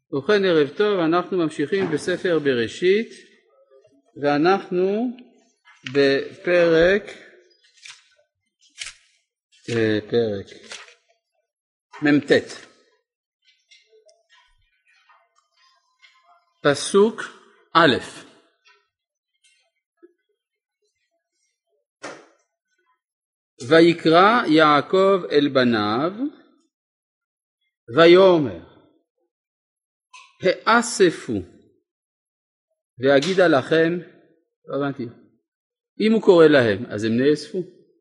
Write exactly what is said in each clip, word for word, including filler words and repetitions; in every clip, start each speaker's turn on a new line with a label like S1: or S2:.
S1: ובכן ערב טוב, אנחנו ממשיכים בספר בראשית ואנחנו בפרק אה, פרק ממ"ט, פסוק א'. ויקרא יעקב אל בניו ויאמר האספו ואגידה לכם. לא הבנתי, אם הוא קורא להם אז הם נאספו?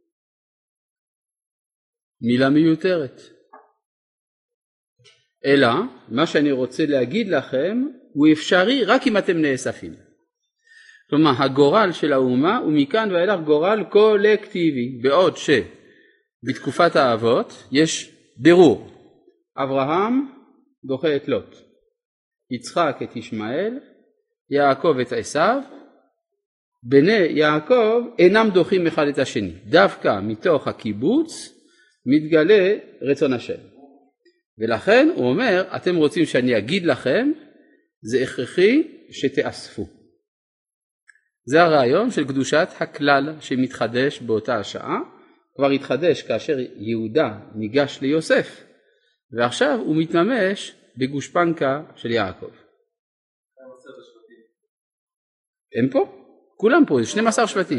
S1: מילה מיותרת. אלא מה שאני רוצה להגיד לכם הוא אפשרי רק אם אתם נאספים. כלומר הגורל של האומה הוא מכאן ואילך גורל קולקטיבי, בעוד שבתקופת האבות יש דירור. אברהם דוחה את לוט, יצחק את ישמעאל, יעקב את עשיו. בני יעקב אינם דוחים אחד את השני, דווקא מתוך הקיבוץ מתגלה רצון השם. ולכן הוא אומר, אתם רוצים שאני אגיד לכם, זה הכרחי שתאספו. זה הרעיון של קדושת הכלל שמתחדש באותה השעה, כבר התחדש כאשר יהודה ניגש ליוסף, ועכשיו הוא מתממש בגושפנקה של יעקב. הם פה? כולם פה, זה שנים עשר שבטים.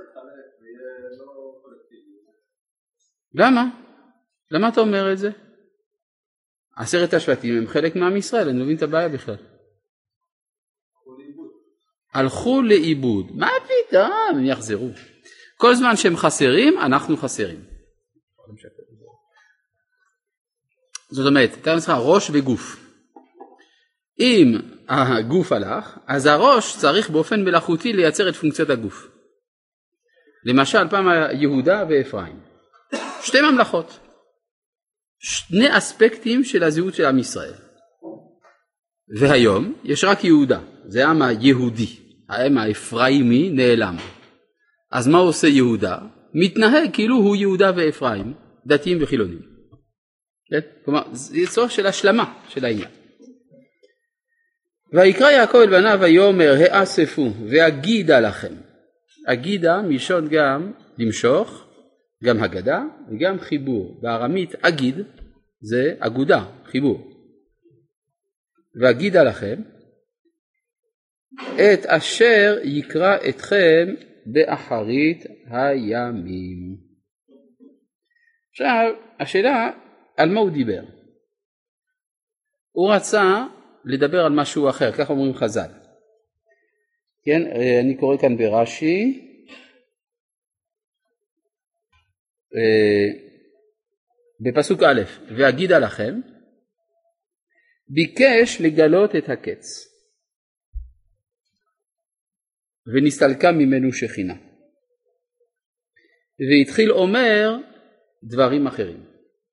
S1: למה? למה אתה אומר את זה? עשרת השבטים הם חלק מעם ישראל, אני לא מבין את הבעיה בכלל. הלכו לאיבוד. מה פתאום? הם יחזרו. כל זמן שהם חסרים, אנחנו חסרים. זאת אומרת, אתה נצטרך ראש וגוף. אם הגוף הלך, אז הראש צריך באופן מלאכותי לייצר את פונקציית הגוף. למשל, פעם יהודה ואפרים. שתי ממלכות. שני אספקטים של הזהות של עם ישראל. והיום יש רק יהודה. זה העם היהודי. העם האפריימי נעלם. אז מה עושה יהודה? מתנהג כאילו הוא יהודה ואפרים, דתיים וחילונים. כן? כלומר, זה צורך של השלמה של העניין. ויקרא יעקב אל בניו ויאמר האספו ואגידה לכם. אגידה מלשון גם למשוך, גם הגדה וגם חיבור. בארמית אגיד זה אגודה, חיבור. ואגידה לכם את אשר יקרא אתכם באחרית הימים. עכשיו השאלה על מה הוא דיבר. הוא רצה לדבר על משהו אחר, כך אומרים חז"ל. כן, אני קורא כאן ברש"י, בפסוק א', ואגידה לכם, ביקש לגלות את הקץ, ונסתלקה ממנו שכינה, והתחיל אומר דברים אחרים.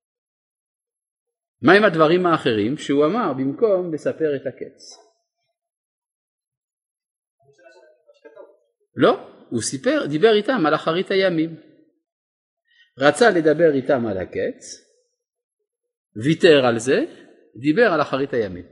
S1: מה עם הדברים האחרים שהוא אמר במקום לספר את הקץ? לא, הוא סיפר, דיבר איתם על אחרית הימים. רצה לדבר איתם על הקץ, ויתר על זה, דיבר על אחרית הימים.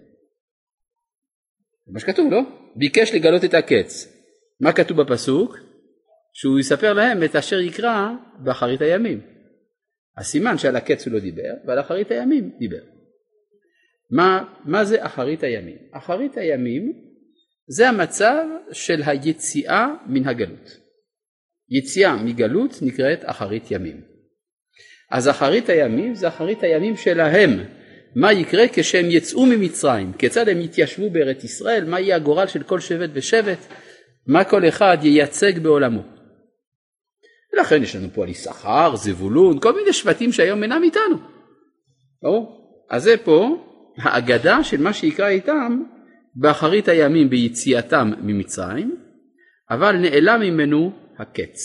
S1: זה מה שכתוב, לא? ביקש לגלות את הקץ. מה כתוב בפסוק? שהוא יספר להם את אשר יקרא באחרית הימים. הסימן שעל הקץ הוא לא דיבר, ועל אחרית הימים דיבר. מה, מה זה אחרית הימים? אחרית הימים זה המצב של היציאה מן הגלות. יציאה מגלות נקראת אחרית ימים. אז אחרית הימים זה אחרית הימים שלהם. מה יקרה כשהם יצאו ממצרים? כיצד הם יתיישבו בארץ ישראל? מה יהיה הגורל של כל שבט ושבט? מה כל אחד ייצג בעולמו? ולכן יש לנו פה על יששכר, זבולון, כל מיני שבטים שהיום אינם איתנו. ברור? אז זה פה האגדה של מה שיקרא איתם באחרית הימים ביציאתם ממצרים, אבל נעלם ממנו הקץ.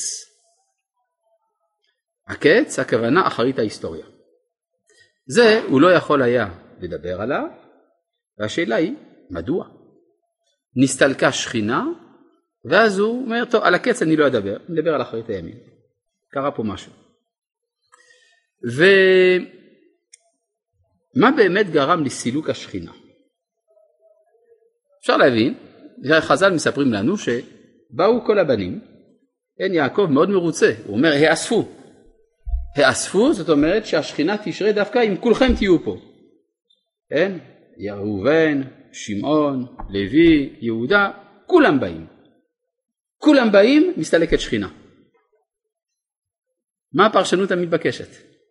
S1: הקץ, הכוונה אחרית ההיסטוריה. זה הוא לא יכול היה לדבר עליו, והשאלה היא, מדוע? נסתלקה שכינה, ואז הוא אומר, טוב, על הקץ אני לא אדבר, אני אדבר על אחרית הימים. קרה פה משהו. ומה באמת גרם לסילוק השכינה? אפשר להבין, חז"ל מספרים לנו שבאו כל הבנים, אין יעקב מאוד מרוצה, הוא אומר האספו, האספו זאת אומרת שהשכינה תשרה דווקא אם כולכם תהיו פה, כן? ראובן, שמעון, לוי, יהודה, כולם באים, כולם באים מסתלקת שכינה. מה הפרשנות המתבקשת?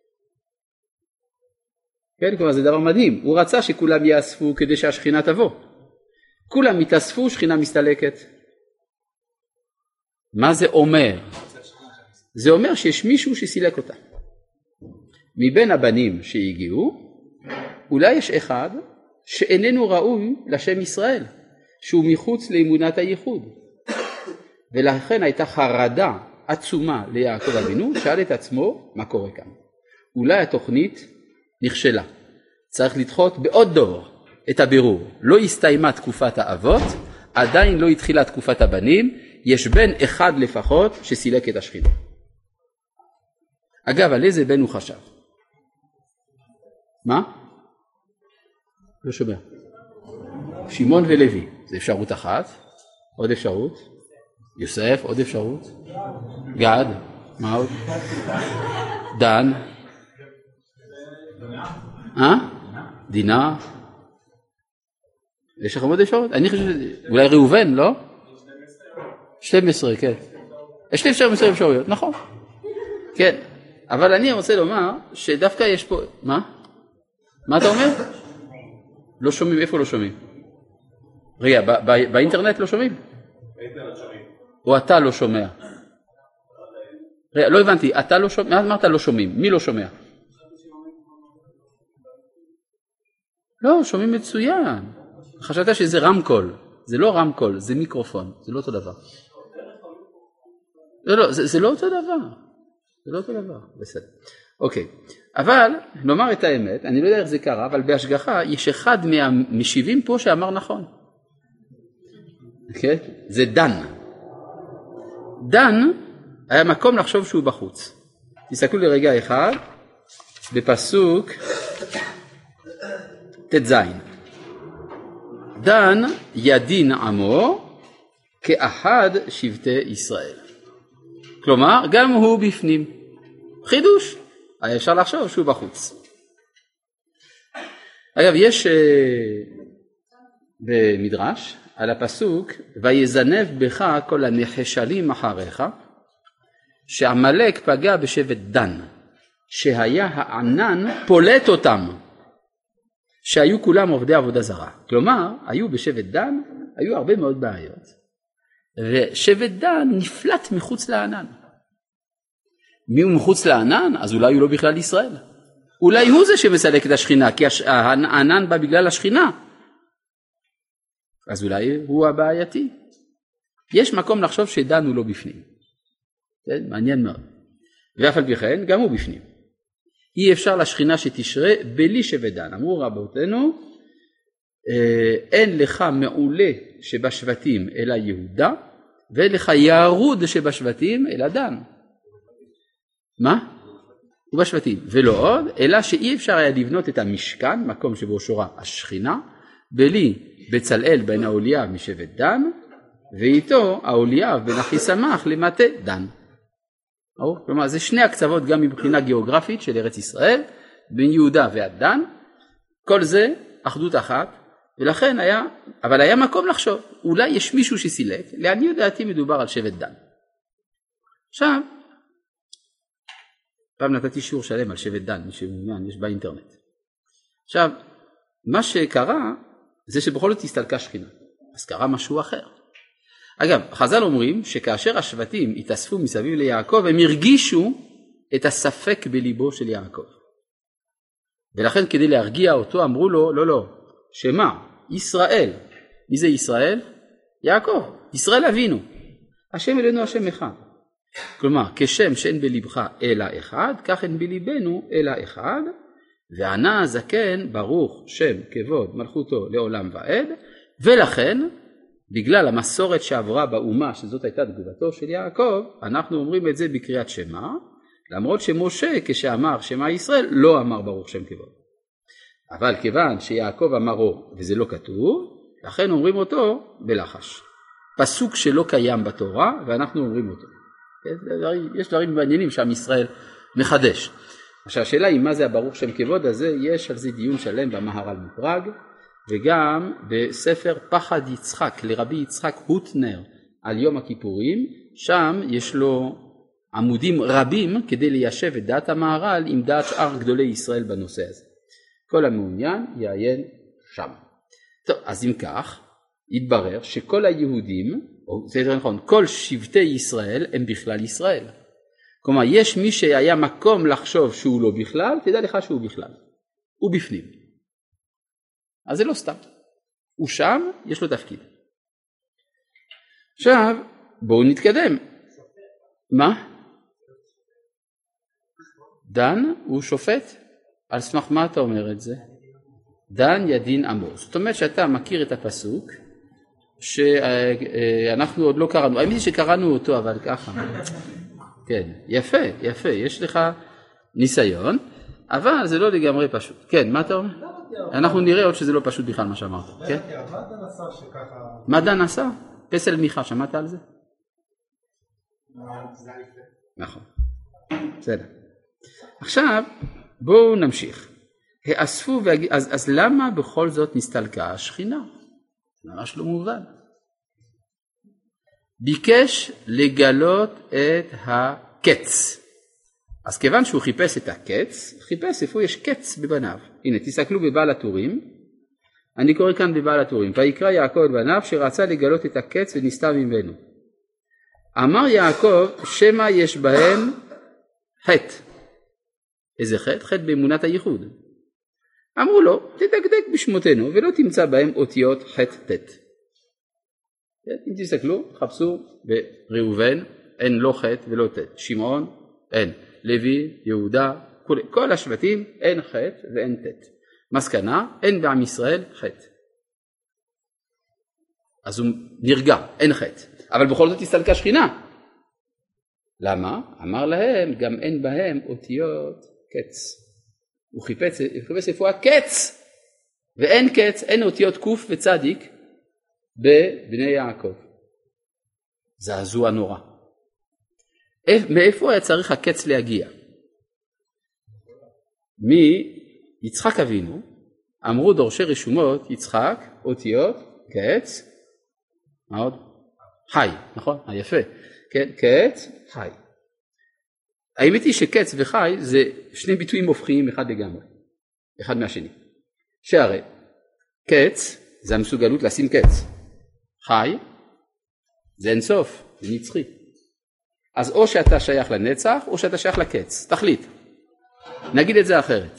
S1: כן, כלומר זה דבר מדהים, הוא רצה שכולם יאספו כדי שהשכינה תבוא, כולם מתאספו, שכינה מסתלקת. מה זה אומר? זה אומר שיש מישהו שסילק אותה. מבין הבנים שהגיעו, אולי יש אחד שאיננו ראוי לשם ישראל, שהוא מחוץ לאמונת הייחוד. ולכן הייתה חרדה עצומה ליעקב אבינו, שאל את עצמו מה קורה כאן. אולי התוכנית נכשלה. צריך לדחות בעוד דור את הבירור. לא הסתיימה תקופת האבות, עדיין לא התחילה תקופת הבנים, יש בן אחד לפחות שסילק את השכינה. אגב, על איזה בן הוא חשב? מה? לא שומע. שמעון ולוי, זה אפשרות אחת. עוד אפשרות? יוסף, עוד אפשרות? גד, מה עוד? דן? אה? דינה? יש לכם עוד אפשרות? אני חושב, אולי ראובן, לא? שתים עשרה, כן. יש לי שתים עשרה אפשרויות, נכון. כן, אבל אני רוצה לומר שדווקא יש פה, מה? מה אתה אומר? לא שומעים, איפה לא שומעים? רגע, באינטרנט לא שומעים? באינטרנט שומעים. או אתה לא שומע? רגע, לא הבנתי, אתה לא שומע? מה אמרת לא שומעים? מי לא שומע? לא, שומעים מצוין. חשבת שזה רמקול. זה לא רמקול, זה מיקרופון. זה לא אותו דבר. לא, לא, זה, זה לא אותו דבר. זה לא אותו דבר. בסדר. אוקיי. אבל, נאמר את האמת, אני לא יודע איך זה קרה, אבל בהשגחה יש אחד מהמשיבים פה שאמר נכון. אוקיי? זה דן. דן היה מקום לחשוב שהוא בחוץ. תסתכלו לרגע אחד, בפסוק תז. דן ידין עמו כאחד שבטי ישראל. כלומר, גם הוא בפנים. חידוש. היה אפשר לחשוב שהוא בחוץ. אגב, יש uh, במדרש על הפסוק, ויזנב בך כל הנחשלים אחריך, שעמלק פגע בשבט דן, שהיה הענן פולט אותם, שהיו כולם עובדי עבודה זרה. כלומר, היו בשבט דן, היו הרבה מאוד בעיות, ושבט דן נפלט מחוץ לענן. מי הוא מחוץ לענן? אז אולי הוא לא בכלל ישראל. אולי הוא זה שמסלק את השכינה, כי הענן בא בגלל השכינה. אז אולי הוא הבעייתי. יש מקום לחשוב שדן הוא לא בפנים. כן? מעניין מאוד. ואף על פי כן, גם הוא בפנים. אי אפשר לשכינה שתשרה בלי שבט דן. אמרו רבותינו, אין לך מעולה שבשבטים אלא יהודה, ואין לך ירוד שבשבטים אלא דן. מה? הוא בשבטים. ולא עוד, אלא שאי אפשר היה לבנות את המשכן, מקום שבו שורה השכינה, בלי בצלאל בן האוליאב משבט דן, ואיתו האוליאב בן אחיסמך למטה דן. כלומר, זה שני הקצוות גם מבחינה גיאוגרפית של ארץ ישראל, בין יהודה ועד דן, כל זה אחדות אחת, ולכן היה, אבל היה מקום לחשוב, אולי יש מישהו שסילק, לעניות דעתי מדובר על שבט דן. עכשיו, פעם נתתי שיעור שלם על שבט דן, מי שמעוניין, יש באינטרנט. עכשיו, מה שקרה, זה שבכל זאת הסתלקה שכינה, אז קרה משהו אחר. אגב, חז"ל אומרים שכאשר השבטים התאספו מסביב ליעקב, הם הרגישו את הספק בליבו של יעקב. ולכן כדי להרגיע אותו אמרו לו, לא, לא, שמה? ישראל. מי זה ישראל? יעקב. ישראל אבינו. השם אלינו השם אחד. כלומר, כשם שאין בלבך אלא אחד, כך אין בליבנו אלא אחד, וענה הזקן ברוך שם כבוד מלכותו לעולם ועד, ולכן, בגלל המסורת שעברה באומה, שזאת הייתה תגובתו של יעקב, אנחנו אומרים את זה בקריאת שמע, למרות שמשה כשאמר שמע ישראל לא אמר ברוך שם כבוד. אבל כיוון שיעקב אמרו, וזה לא כתוב, לכן אומרים אותו בלחש. פסוק שלא קיים בתורה ואנחנו אומרים אותו. יש דברים מעניינים שעם ישראל מחדש. עכשיו השאלה היא מה זה הברוך שם כבוד הזה, יש על זה דיון שלם במהר"ל מפראג, וגם בספר פחד יצחק לרבי יצחק הוטנר על יום הכיפורים, שם יש לו עמודים רבים כדי ליישב את דעת המהר"ל עם דעת שאר גדולי ישראל בנושא הזה. כל המעוניין יעיין שם. טוב, אז אם כך, יתברר שכל היהודים, או זה יותר נכון, כל שבטי ישראל הם בכלל ישראל. כלומר, יש מי שהיה מקום לחשוב שהוא לא בכלל, תדע לך שהוא בכלל. הוא בפנים. אז זה לא סתם. הוא שם, יש לו תפקיד. עכשיו, בואו נתקדם. מה? דן הוא שופט? על סמך מה אתה אומר את זה? דן ידין עמו. זאת אומרת שאתה מכיר את הפסוק, שאנחנו עוד לא קראנו. האמת היא שקראנו אותו, אבל ככה. כן, יפה, יפה. יש לך ניסיון, אבל זה לא לגמרי פשוט. כן, מה אתה אומר? אנחנו נראה עוד שזה לא פשוט בכלל מה שאמרת. מה
S2: דן עשה שככה...
S1: מה דן עשה? פסל מיכה, שמעת על זה? נכון. בסדר. עכשיו בואו נמשיך. האספו והג... אז, אז למה בכל זאת נסתלקה השכינה? ממש לא מובן. ביקש לגלות את הקץ. אז כיוון שהוא חיפש את הקץ, חיפש איפה יש קץ בבניו. הנה תסתכלו בבעל הטורים. אני קורא כאן בבעל הטורים. ויקרא יעקב את בניו שרצה לגלות את הקץ ונסתר ממנו. אמר יעקב שמא יש בהם חטא. איזה חטא? חטא באמונת הייחוד. אמרו לו תדקדק בשמותינו ולא תמצא בהם אותיות חטא טט. אם תסתכלו, חפשו בראובן, אין לא חטא ולא טט. שמעון, אין. לוי, יהודה, כל, כל השבטים אין חטא ואין טט. מסקנה, אין בעם ישראל חטא. אז הוא נרגע, אין חטא. אבל בכל זאת הסתלקה שכינה. למה? אמר להם, גם אין בהם אותיות קץ. הוא חיפש, הוא חיפש איפה הקץ. ואין קץ, אין אותיות קוף וצדיק בבני יעקב. זעזוע נורא. מאיפה היה צריך הקץ להגיע? מיצחק אבינו, אמרו דורשי רשומות, יצחק, אותיות, קץ, מה עוד? חי, נכון? היפה. כן, קץ, חי. האמת היא שקץ וחי זה שני ביטויים הופכיים אחד לגמרי, אחד מהשני. שהרי קץ זה המסוגלות לשים קץ. חי זה אינסוף, זה נצחי. אז או שאתה שייך לנצח או שאתה שייך לקץ, תחליט. נגיד את זה אחרת.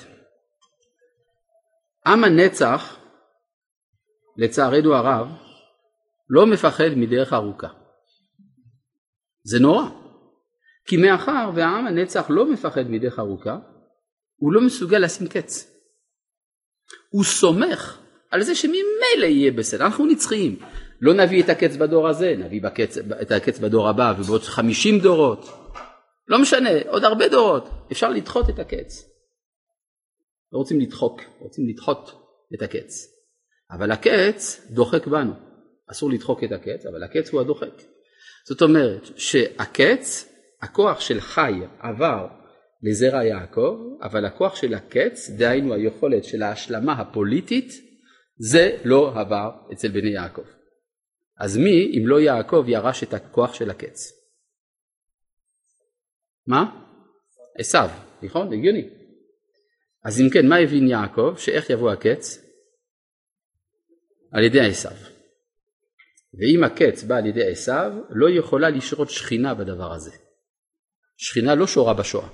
S1: עם הנצח, לצערנו הרב, לא מפחד מדרך ארוכה. זה נורא. כי מאחר והעם הנצח לא מפחד מדרך ארוכה, הוא לא מסוגל לשים קץ. הוא סומך על זה שממילא יהיה בסדר. אנחנו נצחיים. לא נביא את הקץ בדור הזה, נביא בקץ, את הקץ בדור הבא ובעוד חמישים דורות. לא משנה, עוד הרבה דורות. אפשר לדחות את הקץ. לא רוצים לדחוק, רוצים לדחות את הקץ. אבל הקץ דוחק בנו. אסור לדחוק את הקץ, אבל הקץ הוא הדוחק. זאת אומרת שהקץ, הכוח של חי עבר לזרע יעקב, אבל הכוח של הקץ, דהיינו היכולת של ההשלמה הפוליטית, זה לא עבר אצל בני יעקב. אז מי, אם לא יעקב, ירש את הכוח של הקץ? מה? עשיו, נכון? הגיוני. אז אם כן, מה הבין יעקב? שאיך יבוא הקץ? על ידי עשיו. ואם הקץ בא על ידי עשיו, לא יכולה לשרות שכינה בדבר הזה. שכינה לא שורה בשואה.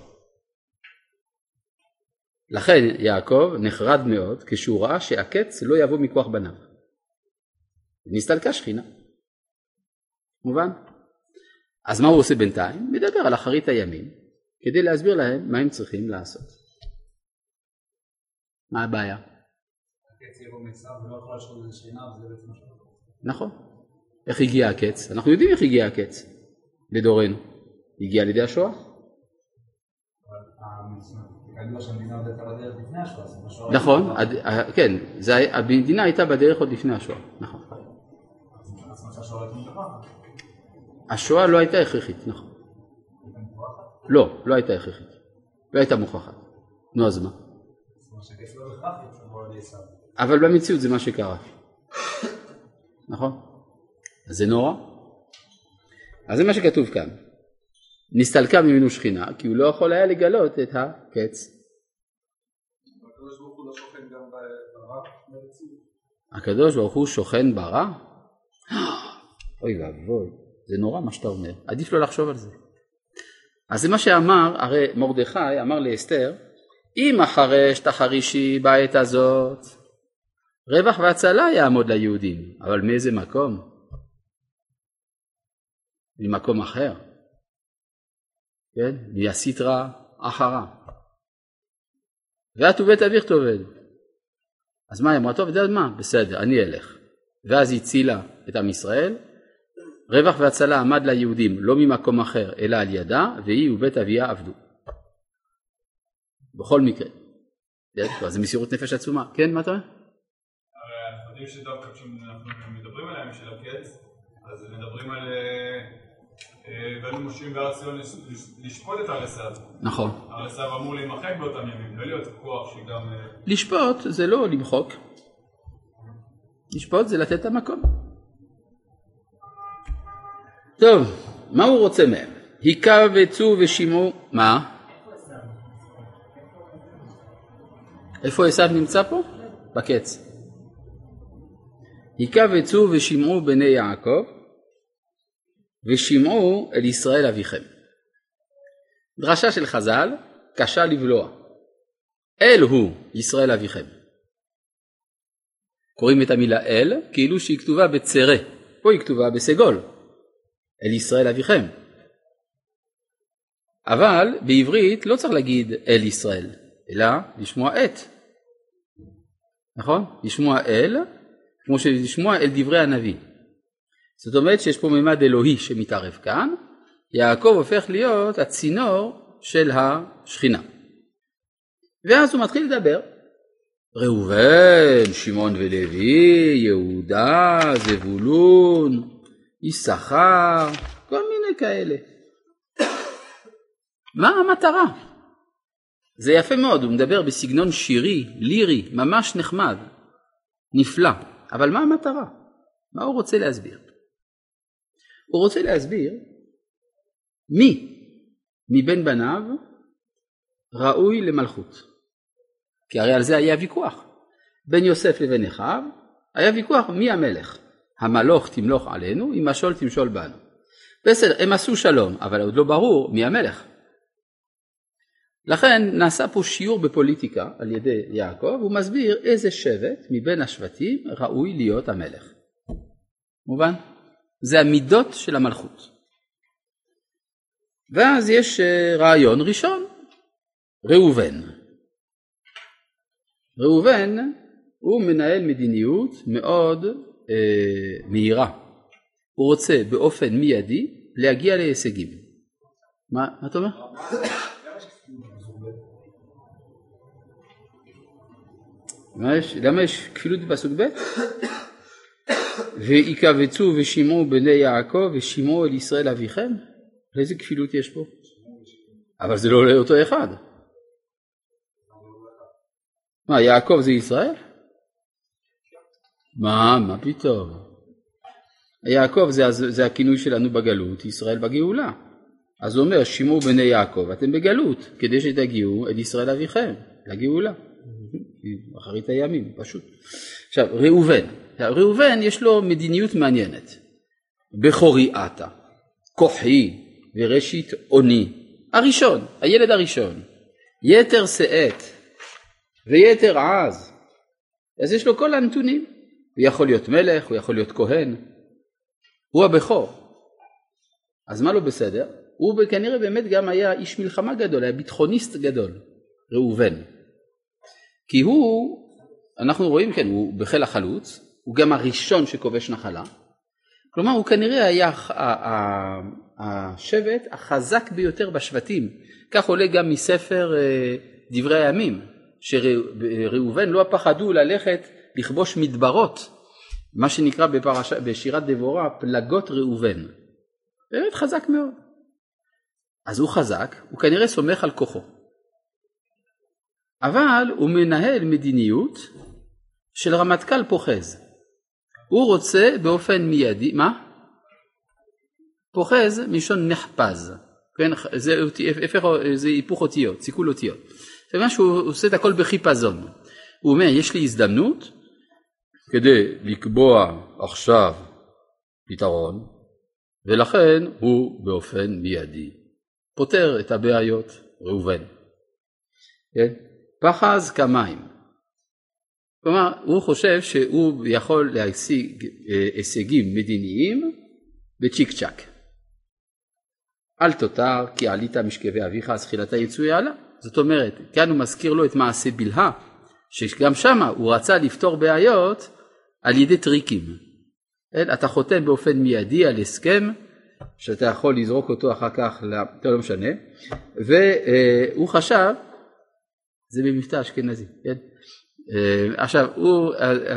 S1: לכן יעקב נחרד מאוד כשהוא ראה שהקץ לא יבוא מכוח בניו. נסתלקה שכינה. מובן? אז מה הוא עושה בינתיים? מדבר על אחרית הימים, כדי להסביר להם מה הם צריכים לעשות. מה הבעיה?
S2: הקץ יבוא מעשיו ולא יכול לשרות את השכינה, וזה בעצם משהו.
S1: נכון. איך הגיע הקץ? אנחנו יודעים איך הגיע הקץ לדורנו. הגיע על ידי השואה.
S2: כדוע שהמדינה עוד הייתה בדרך לפני השואה, זה משהו...
S1: נכון, כן, המדינה הייתה בדרך עוד לפני השואה, נכון.
S2: אז מה שהשואה הייתה מוכרחת?
S1: השואה לא הייתה הכרחית, נכון.
S2: הייתה מוכרחת?
S1: לא, לא הייתה הכרחית. לא הייתה מוכרחת. נו, אז מה?
S2: זאת אומרת שהכסף לא הכרחית, זה לא יסד.
S1: אבל במציאות זה מה שקרה. נכון? אז זה נורא. אז זה מה שכתוב כאן. נסתלקה ממנו שכינה, כי הוא לא יכול היה לגלות את הקץ.
S2: הקדוש ברוך הוא לא שוכן גם ברע?
S1: הקדוש ברוך הוא שוכן ברע? אוי ואבוי, זה נורא מה שאתה אומר. עדיף לא לחשוב על זה. אז זה מה שאמר, הרי מרדכי אמר לאסתר, אם החרש תחרישי בעת הזאת, רווח והצלה יעמוד ליהודים, אבל מאיזה מקום? ממקום אחר. כן? מהסיטרא אחרא. ואת ובית אביך תאבד. אז מה היא אמרה? טוב, אתה יודע מה? בסדר, אני אלך. ואז היא הצילה את עם ישראל. רווח והצלה עמד ליהודים לא ממקום אחר אלא על ידה, והיא ובית אביה עבדו. בכל מקרה. אז זה מסירות נפש עצומה. כן, מה אתה אומר?
S3: הרי אנחנו יודעים שדווקא כשאנחנו מדברים עליהם של הקץ, אז מדברים על ואנו מושבים בארץ ציון לשפוט את הר עשיו.
S1: נכון.
S3: הר עשיו אמור להימחק באותם ימים, לא להיות כוח שגם...
S1: לשפוט זה לא למחוק. לשפוט זה לתת את המקום. טוב, מה הוא רוצה מהם? היכה וצאו ושימעו... מה? איפה עשיו נמצא פה? בקץ. היכה וצאו ושימעו בני יעקב ושימעו אל ישראל אביכם. דרשה של חז"ל, קשה לבלוע. אל הוא ישראל אביכם. קוראים את המילה אל כאילו שהיא כתובה בצרה, פה היא כתובה בסגול. אל ישראל אביכם. אבל בעברית לא צריך להגיד אל ישראל, אלא לשמוע את. נכון? לשמוע אל, כמו שלשמוע אל דברי הנביא. זאת אומרת שיש פה ממד אלוהי שמתערב כאן, יעקב הופך להיות הצינור של השכינה. ואז הוא מתחיל לדבר. ראובן, שמעון ולוי, יהודה, זבולון, יששכר, כל מיני כאלה. מה המטרה? זה יפה מאוד, הוא מדבר בסגנון שירי, לירי, ממש נחמד, נפלא. אבל מה המטרה? מה הוא רוצה להסביר? הוא רוצה להסביר מי מבין בניו ראוי למלכות. כי הרי על זה היה ויכוח. בין יוסף לבין אחיו היה ויכוח מי המלך. המלוך תמלוך עלינו, אם משול תמשול בנו. בסדר, הם עשו שלום, אבל עוד לא ברור מי המלך. לכן נעשה פה שיעור בפוליטיקה על ידי יעקב, הוא מסביר איזה שבט מבין השבטים ראוי להיות המלך. מובן? זה המידות של המלכות. ואז יש רעיון ראשון, ראובן. ראובן הוא מנהל מדיניות מאוד אה, מהירה. הוא רוצה באופן מיידי להגיע להישגים. מה, מה אתה אומר? למה יש, למה יש כפילות בפסוק ב'? ויקבצו ושימעו בני יעקב ושימעו אל ישראל אביכם? איזה כפילות יש פה? אבל זה לא לאותו אחד. מה, יעקב זה ישראל? מה, מה פתאום? יעקב זה, זה הכינוי שלנו בגלות, ישראל בגאולה. אז הוא אומר, שימעו בני יעקב, אתם בגלות, כדי שתגיעו אל ישראל אביכם, לגאולה. אחרית הימים, פשוט. עכשיו, ראובן. ראובן יש לו מדיניות מעניינת. בכורי אתה, כוחי וראשית עוני. הראשון, הילד הראשון. יתר שאת ויתר עז. אז יש לו כל הנתונים. הוא יכול להיות מלך, הוא יכול להיות כהן. הוא הבכור. אז מה לא בסדר? הוא כנראה באמת גם היה איש מלחמה גדול, היה ביטחוניסט גדול, ראובן. כי הוא, אנחנו רואים, כן, הוא בחיל החלוץ, הוא גם הראשון שכובש נחלה. כלומר, הוא כנראה היה השבט החזק ביותר בשבטים. כך עולה גם מספר בדברי הימים, שראובן לא פחדו ללכת לכבוש מדברות, מה שנקרא בפרש... בשירת דבורה פלגות ראובן. באמת חזק מאוד. אז הוא חזק, הוא כנראה סומך על כוחו. אבל הוא מנהל מדיניות של רמטכ"ל פוחז. הוא רוצה באופן מיידי, מה? פוחז מלשון נחפז. כן, זה, זה היפוך אותיות, סיכול אותיות. זה מה שהוא עושה את הכל בחיפזון. הוא אומר, יש לי הזדמנות כדי לקבוע עכשיו פתרון, ולכן הוא באופן מיידי פותר את הבעיות ראובן. כן? פחז כמים. כלומר, הוא חושב שהוא יכול להשיג הישגים מדיניים בצ'יק צ'ק. אל תותר כי עלית משכבי אביך אז תחילתה יצויה עלה. זאת אומרת, כאן הוא מזכיר לו את מעשה בלהה, שגם שמה הוא רצה לפתור בעיות על ידי טריקים. אתה חותם באופן מיידי על הסכם, שאתה יכול לזרוק אותו אחר כך, לא משנה, והוא חשב, זה במבטא אשכנזי, כן? עכשיו, הוא,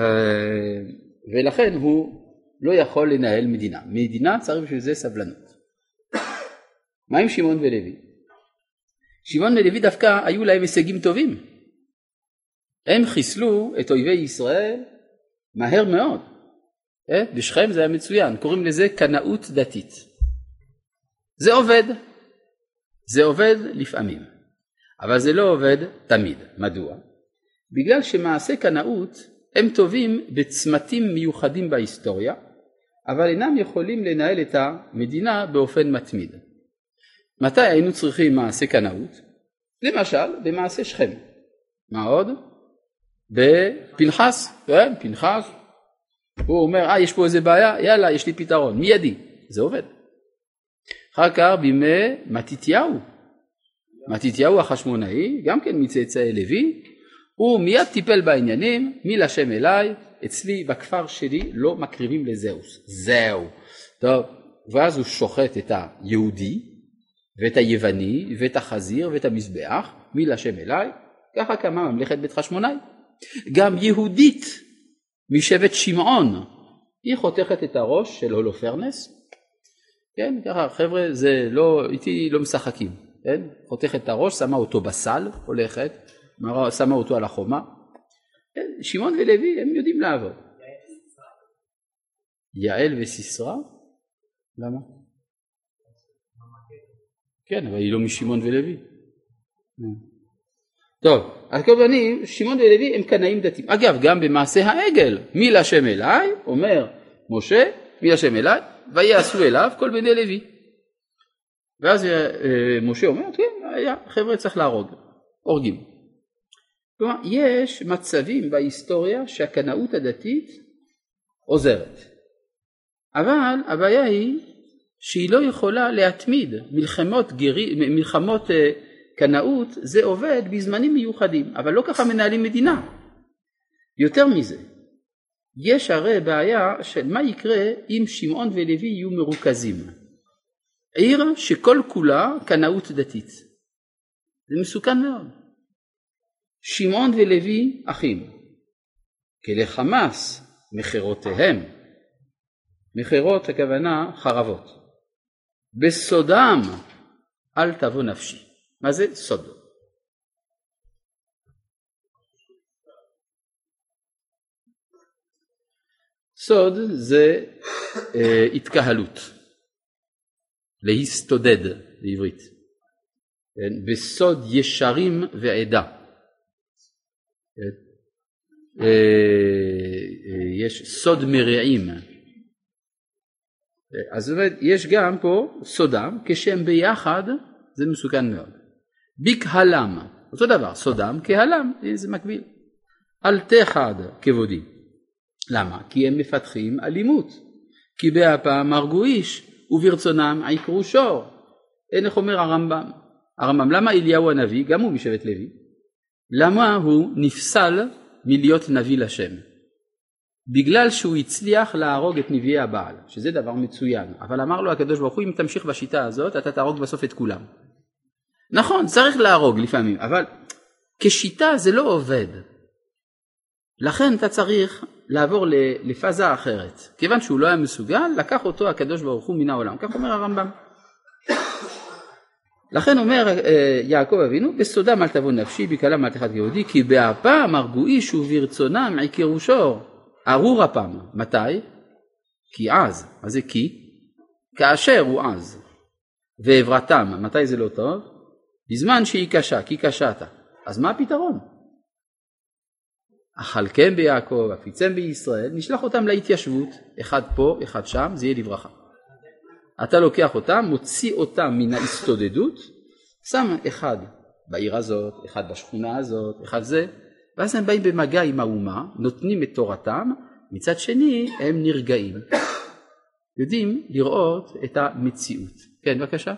S1: ולכן הוא לא יכול לנהל מדינה. מדינה צריך בשביל זה סבלנות. מה עם שמעון ולוי? שמעון ולוי דווקא היו להם הישגים טובים. הם חיסלו את אויבי ישראל מהר מאוד. בשכם זה היה מצוין, קוראים לזה קנאות דתית. זה עובד. זה עובד לפעמים. אבל זה לא עובד תמיד. מדוע? בגלל שמעשה קנאות הם טובים בצמתים מיוחדים בהיסטוריה, אבל אינם יכולים לנהל את המדינה באופן מתמיד. מתי היינו צריכים מעשה קנאות? למשל, במעשה שכם. מה עוד? בפנחס. כן, פנחס. הוא אומר, אה, יש פה איזה בעיה, יאללה, יש לי פתרון, מיידי. זה עובד. אחר כך בימי מתתיהו. מתתיהו החשמונאי, גם כן מצאצאי לוי, הוא מיד טיפל בעניינים, מי לשם אליי, אצלי בכפר שלי לא מקריבים לזהוס. זהו. טוב, ואז הוא שוחט את היהודי, ואת היווני, ואת החזיר, ואת המזבח, מי לשם אליי, ככה קמה ממלכת בית חשמונאי. גם יהודית, משבט שמעון, היא חותכת את הראש של הולופרנס, כן, ככה חבר'ה, זה לא, איתי לא משחקים, כן, חותכת את הראש, שמה אותו בסל, הולכת, שמה אותו על החומה, כן? שמעון ולוי הם יודעים לעבוד. יעל וסיסרא? למה? כן, אבל היא לא משמעון ולוי. טוב, אז כל פנים, שמעון ולוי הם קנאים דתיים. אגב, גם במעשה העגל, מי לשם אליי, אומר משה, מי לשם אליי, ויעשו אליו כל בני לוי. ואז משה אומר, כן, היה, חבר'ה צריך להרוג, הורגים. כלומר, יש מצבים בהיסטוריה שהקנאות הדתית עוזרת. אבל הבעיה היא שהיא לא יכולה להתמיד. מלחמות, גרי, מלחמות קנאות זה עובד בזמנים מיוחדים, אבל לא ככה מנהלים מדינה. יותר מזה, יש הרי בעיה של מה יקרה אם שמעון ולוי יהיו מרוכזים. עיר שכל כולה קנאות דתית. זה מסוכן מאוד. שמעון ולוי אחים, כלחמאס מחירותיהם, מחירות הכוונה חרבות, בסודם אל תבוא נפשי. מה זה סוד? סוד זה אה, התקהלות, להסתודד בעברית, בסוד ישרים ועדה. יש סוד מרעים, אז יש גם פה סודם, כשהם ביחד זה מסוכן מאוד. בקהלם, אותו דבר, סודם כהלם, זה מקביל. אל תחד כבודי. למה? כי הם מפתחים אלימות, כי בהפעם הרגו איש וברצונם עיקרו שור. אין איך אומר הרמב"ם. הרמב"ם, למה אליהו הנביא, גם הוא משבט לוי, למה הוא נפסל מלהיות נביא לשם? בגלל שהוא הצליח להרוג את נביאי הבעל, שזה דבר מצוין, אבל אמר לו הקדוש ברוך הוא, אם תמשיך בשיטה הזאת, אתה תהרוג בסוף את כולם. נכון, צריך להרוג לפעמים, אבל כשיטה זה לא עובד. לכן אתה צריך לעבור לפאזה אחרת. כיוון שהוא לא היה מסוגל, לקח אותו הקדוש ברוך הוא מן העולם. כך אומר הרמב"ם. לכן אומר יעקב אבינו, בסודם אל תבוא נפשי, בקלם אל תחת יהודי, כי באפם הרגו איש וברצונם עיקרו שור. ארור אפם. מתי? כי עז. מה זה כי? כאשר הוא עז. ועברתם. מתי זה לא טוב? בזמן שהיא קשה, כי קשת. אז מה הפתרון? אכלכם ביעקב, אפיצם בישראל, נשלח אותם להתיישבות, אחד פה, אחד שם, זה יהיה לברכה. אתה לוקח אותם, מוציא אותם מן ההסתודדות, שם אחד בעיר הזאת, אחד בשכונה הזאת, אחד זה, ואז הם באים במגע עם האומה, נותנים את תורתם, מצד שני הם נרגעים. יודעים לראות את המציאות. כן, בבקשה.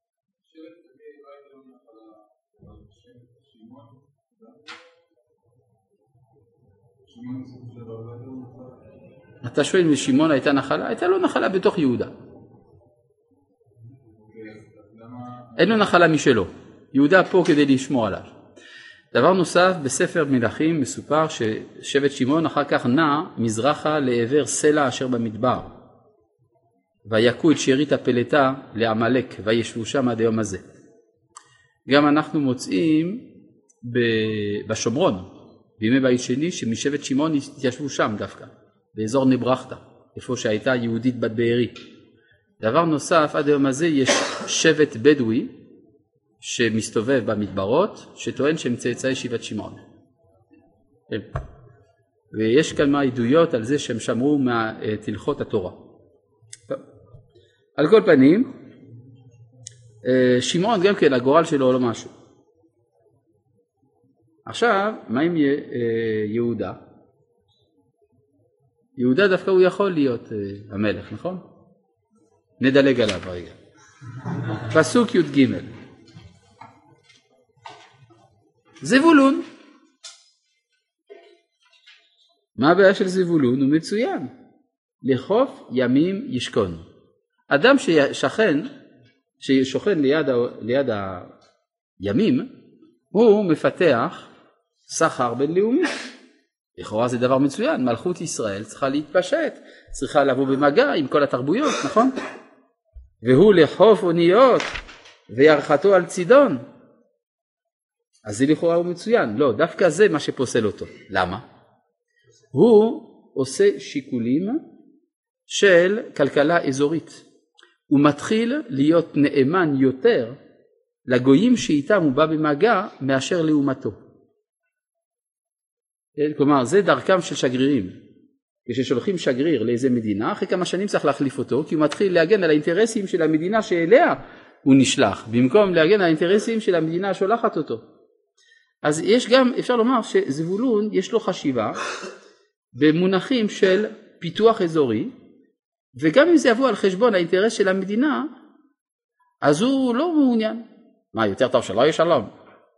S1: אתה שואל משמעון הייתה נחלה? הייתה לו נחלה בתוך יהודה. אין לו נחלה משלו. יהודה פה כדי לשמור עליו. דבר נוסף, בספר מלכים מסופר ששבט שמעון אחר כך נע מזרחה לעבר סלע אשר במדבר. ויקו את שארית הפלטה לעמלק וישבו שם עד היום הזה. גם אנחנו מוצאים בשומרון, בימי בית שני, שמשבט שמעון התיישבו שם דווקא, באזור נברכתה, איפה שהייתה יהודית בת בארי. דבר נוסף, עד היום הזה יש שבט בדואי שמסתובב במדברות, שטוען שהם צאצאי שבט שמעון. ויש כמה עדויות על זה שהם שמרו מתלכות התורה. על כל פנים, שמעון גם כן, הגורל שלו לא משהו. עכשיו, מה עם יהודה? יהודה דווקא הוא יכול להיות המלך, נכון? נדלג עליו רגע. פסוק י' ג' זבולון. מה הבעיה של זבולון? הוא מצוין. לחוף ימים ישכון. אדם ששכן, ששוכן ליד, ליד הימים, הוא מפתח סחר בינלאומי. לכאורה זה דבר מצוין. מלכות ישראל צריכה להתפשט, צריכה לבוא במגע עם כל התרבויות, נכון? והוא לחוף אוניות וירחתו על צידון. אז זה לכאורה הוא מצוין. לא, דווקא זה מה שפוסל אותו. למה? הוא עושה שיקולים של כלכלה אזורית. הוא מתחיל להיות נאמן יותר לגויים שאיתם הוא בא במגע מאשר לאומתו. כלומר, זה דרכם של שגרירים. כששולחים שגריר לאיזה מדינה, אחרי כמה שנים צריך להחליף אותו, כי הוא מתחיל להגן על האינטרסים של המדינה שאליה הוא נשלח, במקום להגן על האינטרסים של המדינה השולחת אותו. אז יש גם, אפשר לומר שזבולון יש לו חשיבה במונחים של פיתוח אזורי, וגם אם זה יבוא על חשבון האינטרס של המדינה, אז הוא לא מעוניין. מה, יותר טוב שלא יהיה שלום.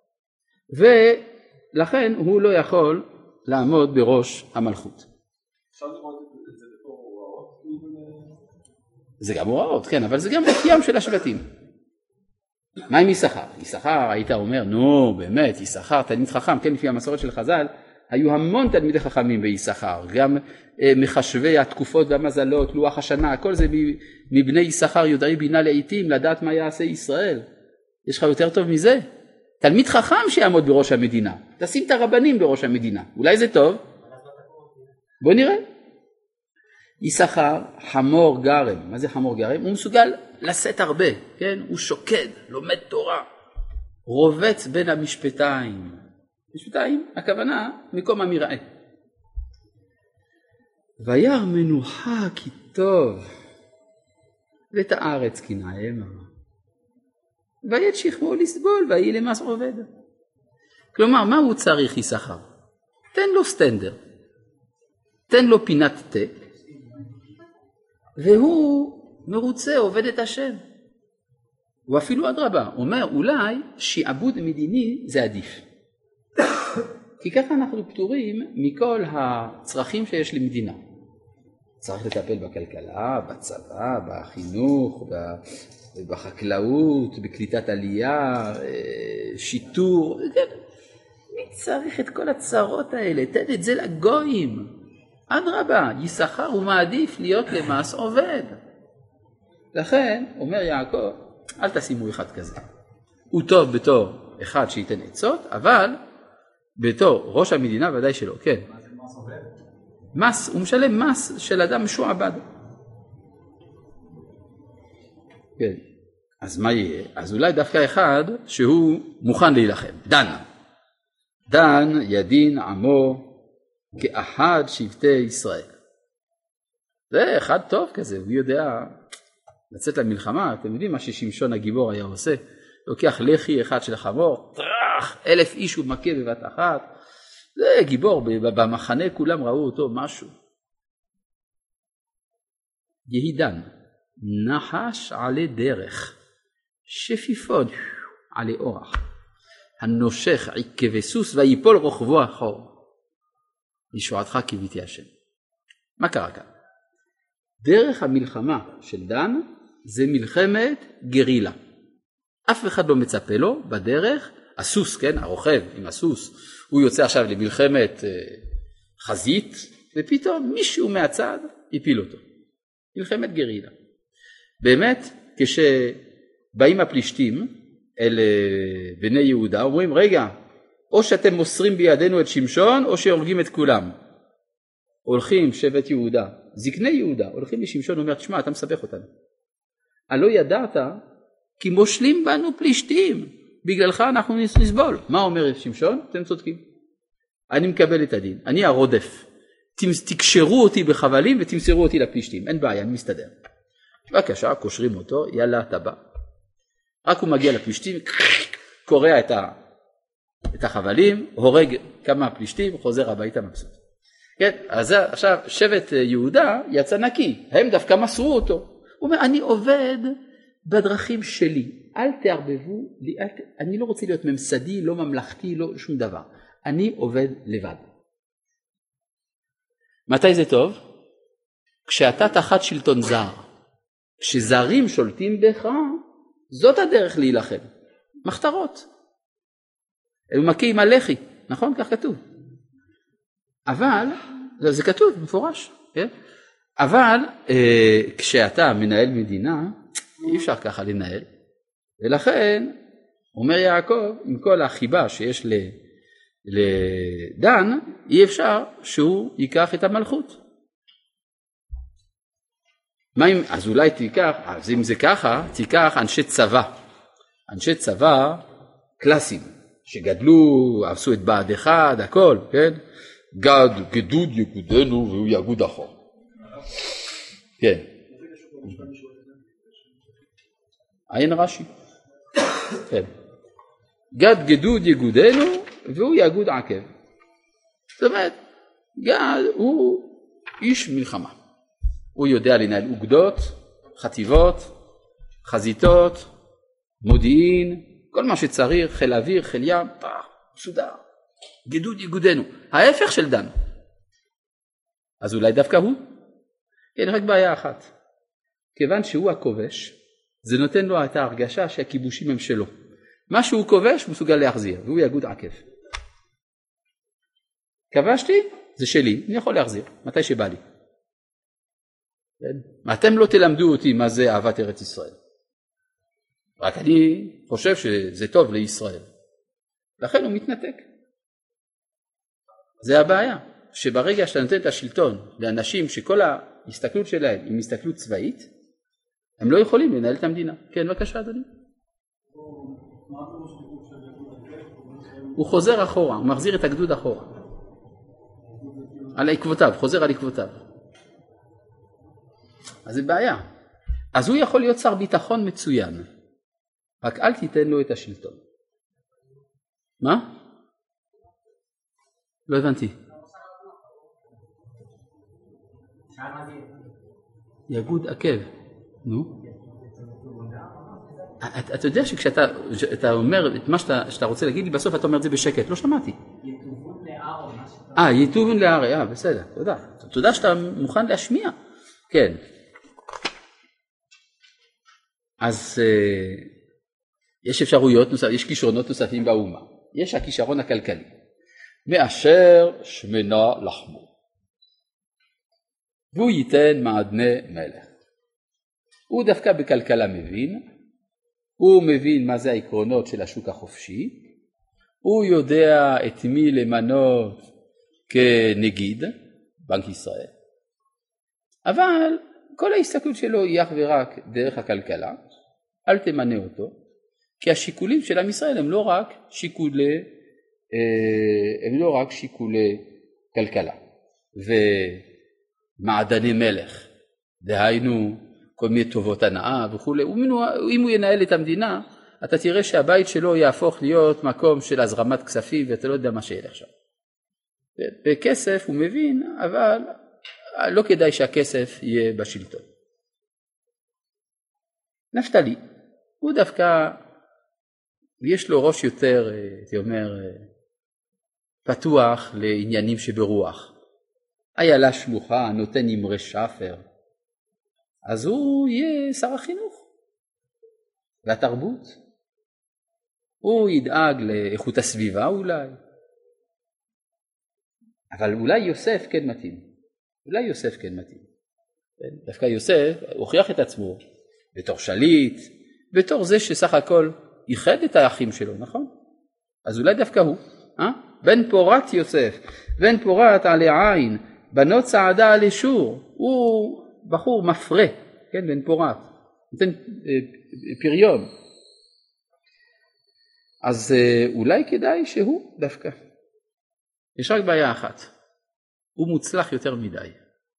S1: ולכן הוא לא יכול לעמוד בראש המלכות.
S3: אפשר לראות את זה בתור הוראות?
S1: זה גם הוראות, כן, אבל זה גם אופיים של השבטים. מה עם יששכר? יששכר היית אומר, נו באמת, יששכר תלמיד חכם, כן, לפי המסורת של חז"ל, היו המון תלמידי חכמים ביששכר, גם אה, מחשבי התקופות והמזלות, לוח השנה, הכל זה מבני יששכר יודעי בינה לעתים, לדעת מה יעשה ישראל. יש לך יותר טוב מזה? תלמיד חכם שיעמוד בראש המדינה, תשים את הרבנים בראש המדינה, אולי זה טוב? בוא נראה. יששכר חמור גרם. מה זה חמור גרם? הוא מסוגל לשאת הרבה, כן? הוא שוקד, לומד תורה, רובץ בין המשפטיים. משפטיים, הכוונה, מקום המראה. וירא מנוחה כי טוב, ואת הארץ כי נעמה. וית שכמו לסבול, ויהי למס עובד. כלומר, מה הוא צריך יששכר? תן לו סטנדר. תן לו פינת תה, והוא מרוצה, עובד את השם. הוא אפילו אדרבה, אומר אולי שעבוד מדיני זה עדיף. כי ככה אנחנו פטורים מכל הצרכים שיש למדינה. צריך לטפל בכלכלה, בצבא, בחינוך, בחקלאות, בקליטת עלייה, שיטור, מי צריך את כל הצרות האלה? תן את זה לגויים. אדרבה, יששכר הוא מעדיף להיות למעש עובד. לכן, אומר יעקב, אל תשימו אחד כזה. הוא טוב בתור אחד שייתן עצות, אבל בתור ראש המדינה ודאי שלא, כן.
S2: מה זה מס עובד?
S1: מס, הוא משלם מס של אדם משועבד. כן. אז מה יהיה? אז אולי דווקא אחד שהוא מוכן להילחם. דן. דן ידין עמו כאחד שבטי ישראל. זה אחד טוב כזה, הוא יודע לצאת למלחמה. אתם יודעים מה ששמשון הגיבור היה עושה? לוקח לחי אחד של החמור, טרח, אלף איש הוא מכה בבת אחת. זה גיבור, במחנה כולם ראו אותו משהו. יהי דן, נחש עלי דרך, שפיפון עלי אורח, הנושך עקבי סוס ויפול רוחבו אחור. ישועתך קיוויתי השם. מה קרה כאן? דרך המלחמה של דן זה מלחמת גרילה. אף אחד לא מצפה לו בדרך, הסוס, כן, הרוכב עם הסוס, הוא יוצא עכשיו למלחמת אה, חזית, ופתאום מישהו מהצד יפיל אותו. מלחמת גרילה. באמת, כשבאים הפלישתים אל בני יהודה, אומרים, רגע, או שאתם מוסרים בידינו את שמשון, או שהורגים את כולם. הולכים שבט יהודה, זקני יהודה, הולכים לשמשון, אומר, תשמע, אתה מסבך אותנו. הלא ידעת, כי מושלים בנו פלישתים, בגללך אנחנו נסבול. מה אומר שמשון? אתם צודקים. אני מקבל את הדין, אני הרודף. תקשרו אותי בחבלים ותמסרו אותי לפלישתים, אין בעיה, אני מסתדר. בבקשה, קושרים אותו, יאללה, אתה בא. רק הוא מגיע לפלישתים, קורע את, ה, את החבלים, הורג כמה פלישתים, חוזר הביתה מבסוט. כן, אז עכשיו שבט יהודה יצא נקי, הם דווקא מסרו אותו. הוא אומר, אני עובד בדרכים שלי, אל תערבבו לי, אל ת... אני לא רוצה להיות ממסדי, לא ממלכתי, לא שום דבר. אני עובד לבד. מתי זה טוב? כשאתה תחת שלטון זר. כשזרים שולטים בך, זאת הדרך להילחם. מחתרות. הוא מכה עם הלחי, נכון? כך כתוב. אבל, זה כתוב, מפורש, כן? אבל אה, כשאתה מנהל מדינה, אי אפשר ככה לנהל, ולכן אומר יעקב, עם כל החיבה שיש ל, לדן, אי אפשר שהוא ייקח את המלכות. מה אם, אז אולי תיקח, אז אם זה ככה, תיקח אנשי צבא, אנשי צבא קלאסיים, שגדלו, עשו את בעד אחד, הכל, כן? גד, גדוד יגודנו והוא יגוד אחור. כן. עין רש"י. כן. גד גדוד יגודנו והוא יגוד עקב. זאת אומרת, גד הוא איש מלחמה. הוא יודע לנהל אוגדות, חטיבות, חזיתות, מודיעין, כל מה שצריך, חיל אוויר, חיל ים, פח, סודר. גדוד יגודנו. ההפך של דן. אז אולי דווקא הוא? אין רק בעיה אחת. כיוון שהוא הכובש, זה נותן לו את ההרגשה שהכיבושים הם שלו. מה שהוא כובש הוא מסוגל להחזיר, והוא יגוד עקב. כבשתי, זה שלי, אני יכול להחזיר, מתי שבא לי. אתם לא תלמדו אותי מה זה אהבת ארץ ישראל. רק אני חושב שזה טוב לישראל. לכן הוא מתנתק. זה הבעיה, שברגע שאתה נותן את השלטון לאנשים שכל ההסתכלות שלהם היא הסתכלות צבאית, הם לא יכולים לנהל את המדינה. כן, בבקשה אדוני. הוא חוזר אחורה, הוא מחזיר את הגדוד אחורה. על עקבותיו, חוזר על עקבותיו. אז זה בעיה. אז הוא יכול להיות שר ביטחון מצוין, רק אל תיתן לו את השלטון. מה? לא הבנתי. יגוד עקב. נו? אתה, אתה יודע שכשאתה אתה אומר את מה שאתה, שאתה רוצה להגיד לי, בסוף אתה אומר את זה בשקט. לא שמעתי. יתובון לארי. אה, יתובון לארי. אה, בסדר. תודה. תודה שאתה מוכן להשמיע. כן. אז יש אפשרויות נוספות, יש כישרונות נוספים באומה. יש הכישרון הכלכלי. מאשר שמנה לחמו. והוא ייתן מעדני מלך. הוא דווקא בכלכלה מבין, הוא מבין מה זה העקרונות של השוק החופשי, הוא יודע את מי למנות כנגיד, בנק ישראל, אבל כל ההסתכלות שלו היא אך ורק דרך הכלכלה, אל תמנה אותו, כי השיקולים של עם ישראל הם לא רק שיקולי, הם לא רק שיקולי כלכלה ומעדני מלך, דהיינו כל מיני טובות הנאה וכו'. אם הוא ינהל את המדינה, אתה תראה שהבית שלו יהפוך להיות מקום של הזרמת כספים ואתה לא יודע מה שילך שם. בכסף הוא מבין, אבל לא כדאי שהכסף יהיה בשלטון. נפתלי, הוא דווקא, יש לו ראש יותר, הייתי אומר, פתוח לעניינים שברוח. איילה שלוחה, נותן אמרי שפר. אז הוא יהיה שר החינוך והתרבות. הוא ידאג לאיכות הסביבה אולי. אבל אולי יוסף כן מתאים. אולי יוסף כן מתאים. דווקא יוסף הוכיח את עצמו בתור שליט, בתור זה שסך הכל ייחד את האחים שלו, נכון? אז אולי דווקא הוא. אה? בן פורת יוסף, בן פורת עלי עין, בנות צעדה עלי שור. הוא בחור מפרה, כן, בן פורת. נותן אה, פריון. אז אה, אולי כדאי שהוא דווקא. יש רק בעיה אחת. הוא מוצלח יותר מדי.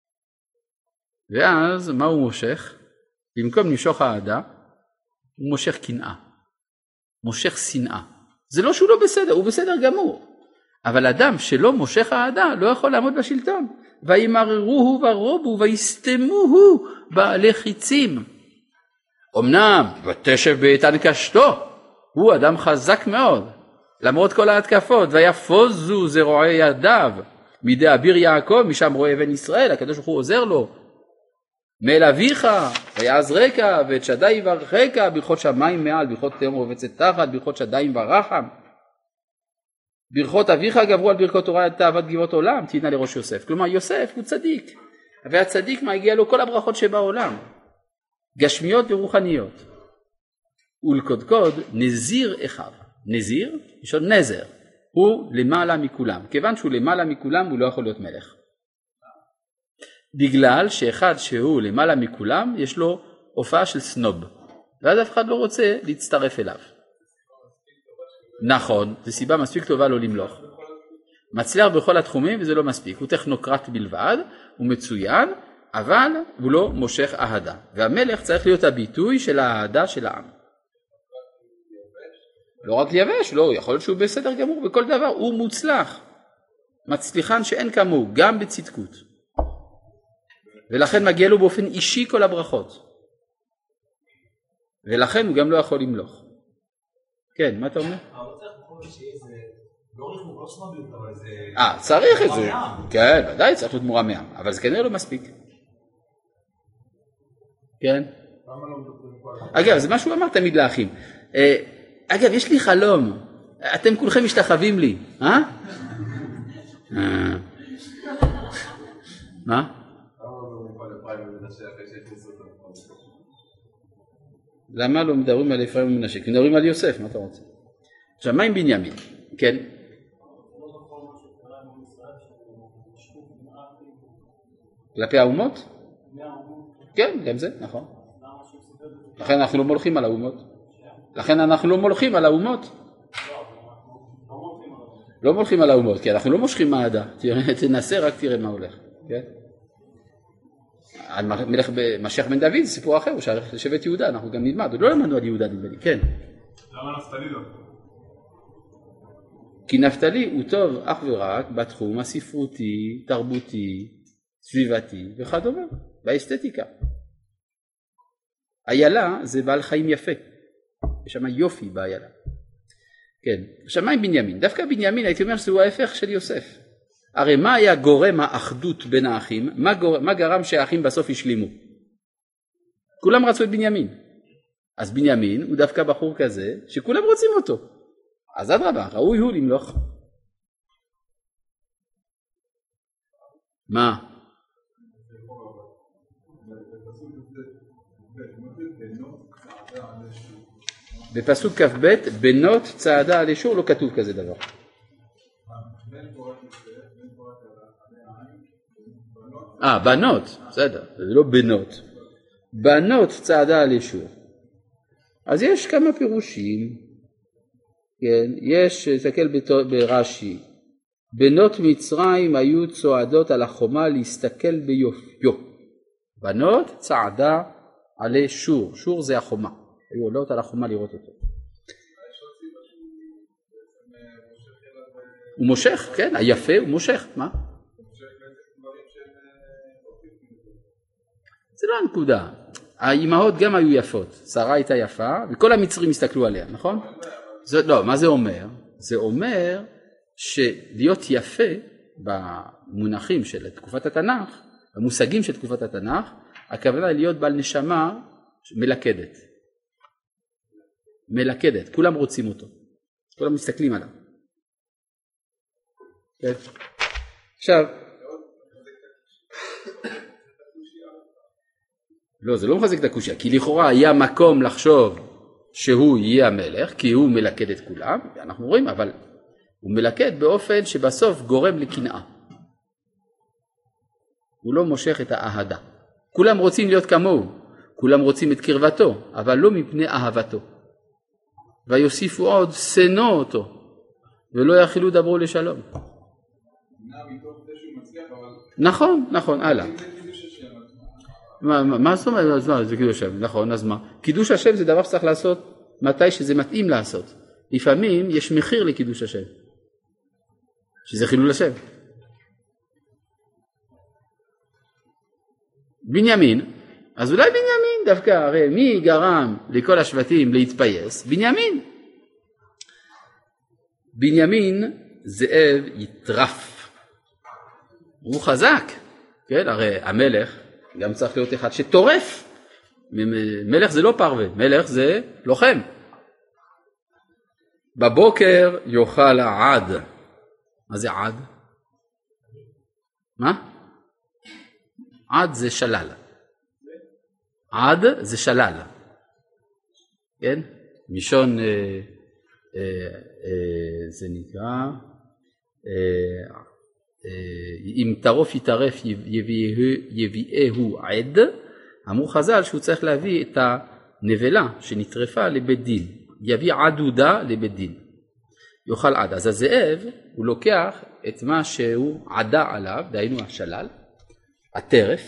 S1: ואז מה הוא מושך? במקום למשוך אהדה, הוא מושך קנאה. מושך שנאה. זה לא שהוא לא בסדר, הוא בסדר גמור. אבל אדם שלא מושך אהדה לא יכול לעמוד בשלטון. וימררוהו ורובו ויסתמוהו בעלי חיצים. אמנם ותשב באיתן קשתו, הוא אדם חזק מאוד. למרות כל ההתקפות, ויפוזו זרועי ידיו, מידי אביר יעקב, משם רואה אבן ישראל, הקדוש ברוך הוא עוזר לו. מאל אביך, ויעזרך, ואת שדי יברכך, ברכות שמיים מעל, ברכות תהום רובצת תחת, ברכות שדיים ורחם. ברכות אביך גברו על ברכות תורה עד תאוות גבעות עולם, תהיינה לראש יוסף. כלומר, יוסף הוא צדיק, והצדיק מגיע לו כל הברכות שבעולם, גשמיות ורוחניות. ולקודקוד נזיר אחד. נזיר, יש עוד נזר, הוא למעלה מכולם. כיוון שהוא למעלה מכולם, הוא לא יכול להיות מלך. בגלל שאחד שהוא למעלה מכולם, יש לו הופעה של סנוב. ואז אף אחד לא רוצה להצטרף אליו. נכון, זו סיבה מספיק טובה לא למלוך. מצליח בכל התחומים וזה לא מספיק. הוא טכנוקרט בלבד, הוא מצוין, אבל הוא לא מושך אהדה. והמלך צריך להיות הביטוי של האהדה של העם. לא רק לייבש, לא, יכול להיות שהוא בסדר גמור בכל דבר, הוא מוצלח. מצליחן שאין כמוהו, גם בצדקות. ולכן מגיע לו באופן אישי כל הברכות. ולכן הוא גם לא יכול למלוך. כן, מה אתה אומר? אה, צריך את זה. כן, ודאי צריך להיות מורם מעם, אבל זה כנראה לא מספיק. כן? אגב, זה מה שהוא אמר תמיד לאחים. אגב, יש לי חלום. אתם כולכם משתחווים לי, אה? מה? למה לא מדברים על אפרים ומנשה? כי מדברים על יוסף, מה אתה רוצה? עכשיו, מה עם בנימין? כן? כלפי האומות? כן, גם זה, נכון. לכן אנחנו לא מולכים על האומות. לכן אנחנו לא מולכים על האומות. לא מולכים על האומות, כי אנחנו לא מושכים מעדה. תנסה, רק תראה מה הולך. כן? על מלך משיח בן דוד, זה סיפור אחר, הוא שהלך לשבט יהודה, אנחנו גם נלמד, לא למדנו על יהודה נדמה לי, כן.
S3: למה נפתלי לא?
S1: כי נפתלי הוא טוב אך ורק בתחום הספרותי, תרבותי, סביבתי וכדומה, באסתטיקה. איילה זה בעל חיים יפה, יש שם יופי באיילה. כן, עכשיו מה עם בנימין? דווקא בנימין הייתי אומר שהוא ההפך של יוסף. הרי מה היה גורם האחדות בין האחים? מה, גור... מה גרם שהאחים בסוף השלימו? כולם רצו את בנימין. אז בנימין הוא דווקא בחור כזה שכולם רוצים אותו. אז אדרבה, ראוי הוא למלוך. מה? בפסוק כ"ב, בנות צעדה על ישור, לא כתוב כזה דבר. אה, בנות, בסדר, זה לא בנות. בנות צעדה על ישור. אז יש כמה פירושים, כן, יש, תסתכל ברש"י, בנות מצרים היו צועדות על החומה להסתכל ביופיו. בנות צעדה עלי שור, שור זה החומה, היו עולות על החומה לראות אותו. הוא מושך, כן, היפה הוא מושך, מה? זה לא הנקודה, האימהות גם היו יפות, שרה הייתה יפה וכל המצרים הסתכלו עליה, נכון? זה, לא, מה זה אומר? זה אומר שלהיות יפה במונחים של תקופת התנ"ך, במושגים של תקופת התנ"ך, הכוונה היא להיות בעל נשמה מלכדת. מלכדת, כולם רוצים אותו. כולם מסתכלים עליו. כן. עכשיו, לא, זה לא מחזק את הקושיה, כי לכאורה היה מקום לחשוב שהוא יהיה המלך, כי הוא מלכד את כולם, אנחנו רואים, אבל הוא מלכד באופן שבסוף גורם לקנאה. הוא לא מושך את האהדה. כולם רוצים להיות כמוהו, כולם רוצים את קרבתו, אבל לא מפני אהבתו. ויוסיפו עוד, שנאו אותו, ולא יאכילו דברו לשלום. נכון, נכון, הלאה. מה זאת אומרת? זה קידוש השם, נכון, אז מה? קידוש השם זה דבר שצריך לעשות מתי שזה מתאים לעשות. לפעמים יש מחיר לקידוש השם, שזה חילול השם. בנימין, אז אולי בנימין דווקא, הרי מי גרם לכל השבטים להתפייס? בנימין. בנימין זאב יטרף. הוא חזק, כן? הרי המלך גם צריך להיות אחד שטורף. מלך זה לא פרווה, מלך זה לוחם. בבוקר יאכל העד. מה זה עד? מה? עד זה שלל. עד זה שלל. כן? מישון אה, אה, אה, זה נקרא אה, אה, אם טרוף יטרף יביאהו עד. אמרו חז"ל שהוא צריך להביא את הנבלה שנטרפה לבית דין. יביא עדודה לבית דין. יאכל עד. אז הזאב הוא לוקח את מה שהוא עדה עליו, דהיינו השלל, הטרף,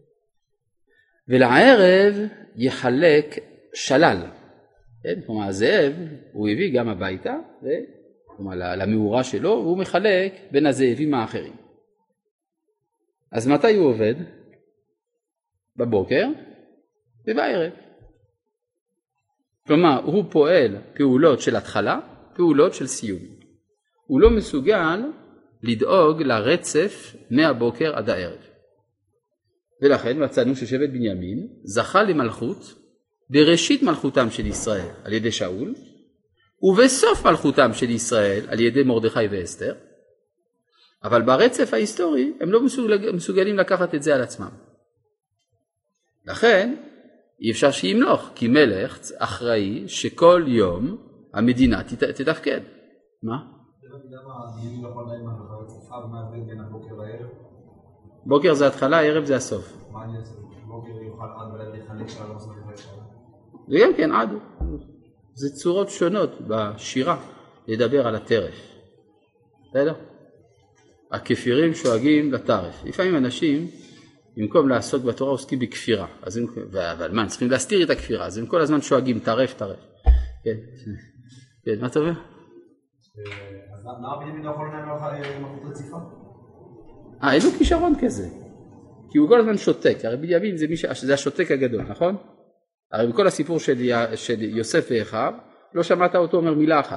S1: ולערב יחלק שלל. כן? כלומר הזאב הוא הביא גם הביתה, כלומר למאורה שלו, והוא מחלק בין הזאבים האחרים. אז מתי הוא עובד? בבוקר ובערב. כלומר הוא פועל פעולות של התחלה, פעולות של סיום. הוא לא מסוגל לדאוג לרצף מהבוקר עד הערב. ולכן מצאנו ששבט בנימין זכה למלכות בראשית מלכותם של ישראל על ידי שאול, ובסוף מלכותם של ישראל על ידי מרדכי ואסתר, אבל ברצף ההיסטורי הם לא מסוגלים לקחת את זה על עצמם. לכן אי אפשר שימלוך, כי מלך אחראי שכל יום המדינה תתפקד. מה? בוקר זה התחלה, ערב זה הסוף.
S2: מה אני אעשה? בוקר יוכל עד ולד לחלק שלה לא עושה לחלק שלה.
S1: זה גם כן עד. זה צורות שונות בשירה לדבר על הטרף. בסדר? הכפירים שואגים לטרף. לפעמים אנשים במקום לעסוק בתורה עוסקים בכפירה. אז הם, אבל מה, צריכים להסתיר את הכפירה. אז הם כל הזמן שואגים טרף, טרף. כן. כן, מה אתה אומר?
S2: אז מה בנימין לא יכול לנהל מלכות רציפה?
S1: אה, אין לו כישרון כזה. כי הוא כל הזמן שותק. הרי בנימין זה, ש... זה השותק הגדול, נכון? הרי בכל הסיפור של, י... של יוסף ואחיו, לא שמעת אותו אומר מילה אחת.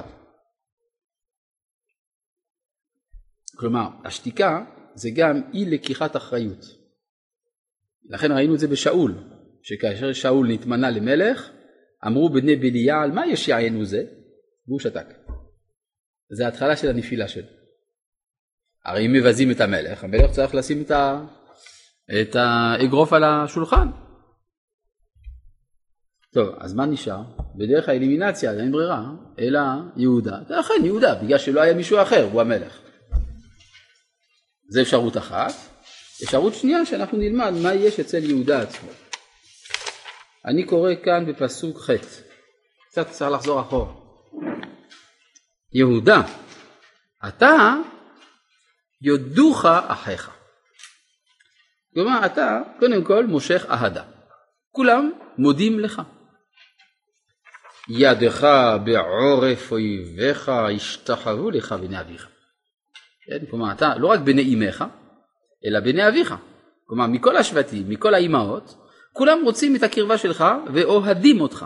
S1: כלומר, השתיקה זה גם אי לקיחת אחריות. לכן ראינו את זה בשאול, שכאשר שאול נתמנה למלך, אמרו בני בליעל, מה ישענו זה? והוא שתק. זה ההתחלה של הנפילה שלו. הרי אם מבזים את המלך, המלך צריך לשים את, ה... את האגרוף על השולחן. טוב, אז מה נשאר? בדרך האלימינציה, אין ברירה, אלא יהודה. לכן יהודה, בגלל שלא היה מישהו אחר, הוא המלך. זה אפשרות אחת. אפשרות שנייה שאנחנו נלמד מה יש אצל יהודה עצמו. אני קורא כאן בפסוק ח', קצת צריך לחזור אחורה. יהודה, אתה יודוך אחיך. כלומר, אתה קודם כל מושך אהדה. כולם מודים לך. ידך בעורף אויביך השתחוו לך בני אביך. כן? כלומר, אתה לא רק בני אמך, אלא בני אביך. כלומר, מכל השבטים, מכל האימהות, כולם רוצים את הקרבה שלך ואוהדים אותך.